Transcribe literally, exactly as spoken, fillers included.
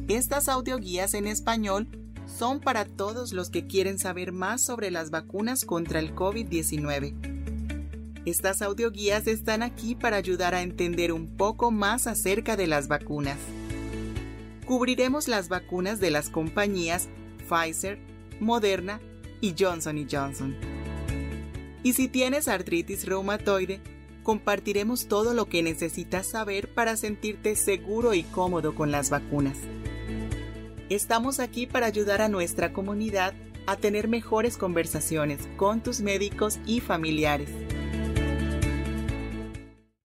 Estas audioguías en español son para todos los que quieren saber más sobre las vacunas contra el COVID diecinueve. Estas audioguías están aquí para ayudar a entender un poco más acerca de las vacunas. Cubriremos las vacunas de las compañías Pfizer, Moderna y Johnson y Johnson. Y si tienes artritis reumatoide, compartiremos todo lo que necesitas saber para sentirte seguro y cómodo con las vacunas. Estamos aquí para ayudar a nuestra comunidad a tener mejores conversaciones con tus médicos y familiares.